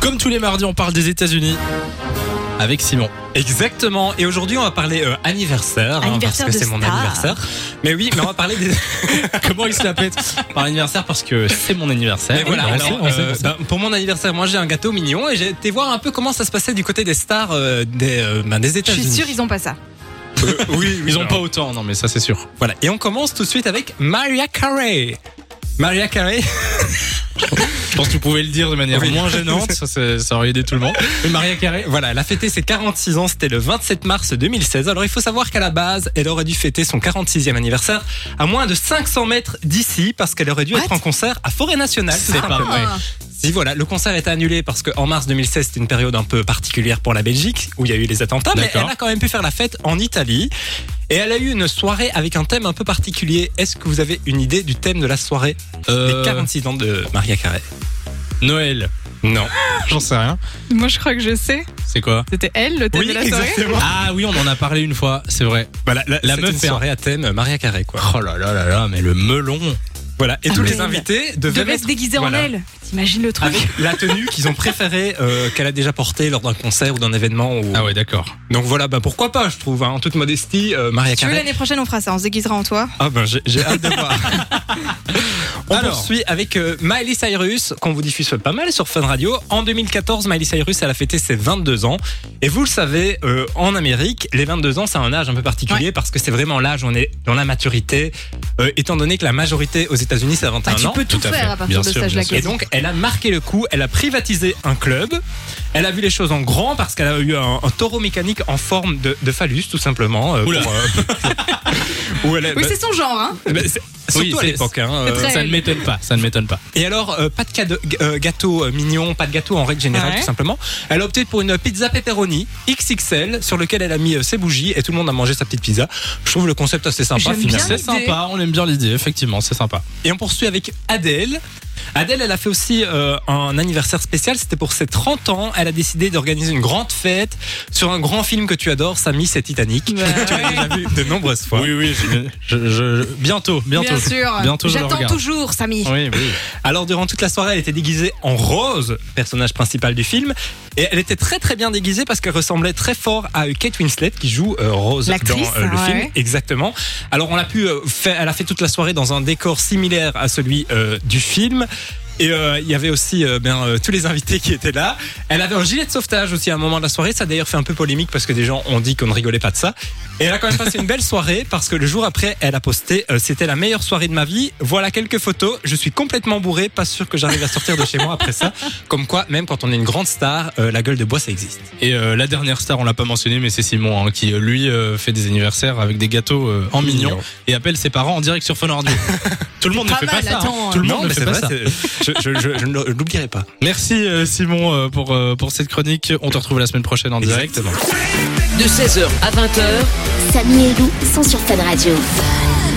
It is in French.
Comme tous les mardis, on parle des États-Unis avec Simon. Exactement. Et aujourd'hui, on va parler anniversaire, parce que c'est mon anniversaire. Mais oui, mais on va parler des... Comment il se la pète par anniversaire parce que c'est mon anniversaire. Mais voilà, Oui, alors, on sait. pour mon anniversaire, moi j'ai un gâteau mignon et j'ai été voir un peu comment ça se passait du côté des stars des Je États-Unis. suis sûre, ils ont pas ça. Oui, Ils ont pas autant, non mais ça c'est sûr. Voilà. Et on commence tout de suite avec Mariah Carey. Mariah Carey. Je pense que tu pouvais le dire de manière Oui. moins gênante, ça aurait aidé tout le monde. Mais Mariah Carey, Voilà, elle a fêté ses 46 ans, c'était le 27 mars 2016. Alors il faut savoir qu'à la base, elle aurait dû fêter son 46e anniversaire à moins de 500 mètres d'ici parce qu'elle aurait dû être en concert à Forêt Nationale. c'est pas vrai. Si voilà, le concert a été annulé parce qu'en mars 2016, c'était une période un peu particulière pour la Belgique où il y a eu les attentats, mais D'accord. elle a quand même pu faire la fête en Italie. Et elle a eu une soirée avec un thème un peu particulier. Est-ce que vous avez une idée du thème de la soirée des 46 ans de Mariah Carey? Noël. Non. J'en sais rien. Moi, je crois que je sais. C'est quoi? C'était elle, le thème Oui, de la soirée. exactement. Ah oui, on en a parlé une fois, c'est vrai. Voilà, la La meuf meuf une fait un- soirée à thème Mariah Carey, quoi. Oh là là là là, mais le melon. Voilà, et Ah tous oui. les invités devaient Devait se déguiser en elle. T'imagines le truc? avec la tenue qu'ils ont préférée qu'elle a déjà portée lors d'un concert ou d'un événement. Ah ouais, d'accord. Donc voilà, bah pourquoi pas, je trouve, hein, en toute modestie, Mariah Tu veux, Carey. l'année prochaine, on fera ça. On se déguisera en toi. Ah ben j'ai hâte de voir. On Alors. poursuit avec Miley Cyrus, qu'on vous diffuse pas mal sur Fun Radio. En 2014, Miley Cyrus, elle a fêté ses 22 ans. Et vous le savez, en Amérique, les 22 ans, c'est un âge un peu particulier parce que c'est vraiment l'âge où on est dans la maturité, étant donné que la majorité aux États-Unis, c'est à 21 Tu ans. peux tout tout à faire fait. à partir Bien de sûr, cet âge-là. bien sûr. Et donc, elle a marqué le coup, elle a privatisé un club, elle a vu les choses en grand parce qu'elle a eu un taureau mécanique en forme de phallus, tout simplement. Oula. Où elle est- Oui, c'est son genre, hein. surtout Oui, à c'est- l'époque. Hein, c'est très- Ça ne m'étonne pas, ça ne m'étonne pas. Et alors, pas de gâteau mignon, pas de gâteau en règle générale, Ouais. tout simplement. Elle a opté pour une pizza pepperoni XXL sur lequel elle a mis ses bougies et tout le monde a mangé sa petite pizza. Je trouve le concept assez sympa J'aime bien. finalement. C'est sympa, on aime bien l'idée, effectivement, c'est sympa. Et on poursuit avec Adèle. Adèle, elle a fait aussi un anniversaire spécial. C'était pour ses 30 ans. Elle a décidé d'organiser une grande fête sur un grand film que tu adores, Samy, c'est Titanic. Bah, Tu l'as déjà vu de nombreuses fois. Oui, bientôt. Bien sûr. Bientôt, je le J'attends regarde. toujours, Samy. Oui. Alors durant toute la soirée, elle était déguisée en Rose, personnage principal du film, et elle était très très bien déguisée parce qu'elle ressemblait très fort à Kate Winslet qui joue Rose dans L'actrice, le ouais. film. Exactement. Alors on a pu elle a fait toute la soirée dans un décor similaire à celui du film. Et il y avait aussi tous les invités qui étaient là. Elle avait un gilet de sauvetage aussi à un moment de la soirée. Ça a d'ailleurs fait un peu polémique parce que des gens ont dit qu'on ne rigolait pas de ça. Et elle a quand même passé une belle soirée parce que le jour après, elle a posté c'était la meilleure soirée de ma vie. Voilà quelques photos. Je suis complètement bourré. Pas sûr que j'arrive à sortir de chez moi après ça. Comme quoi, même quand on est une grande star, la gueule de bois, ça existe. Et la dernière star, on l'a pas mentionné, mais c'est Simon qui lui fait des anniversaires avec des gâteaux en mignon et appelle ses parents en direct sur Fun Radio. Tout le monde ne Pas fait pas mal, ça. attends. Tout le Non, monde ne mais fait c'est pas vrai. ça. Je ne l'oublierai pas. Merci Simon pour cette chronique. On te retrouve la semaine prochaine en direct. Exactement. De 16h à 20h, Samy et Lou sont sur Fun Radio.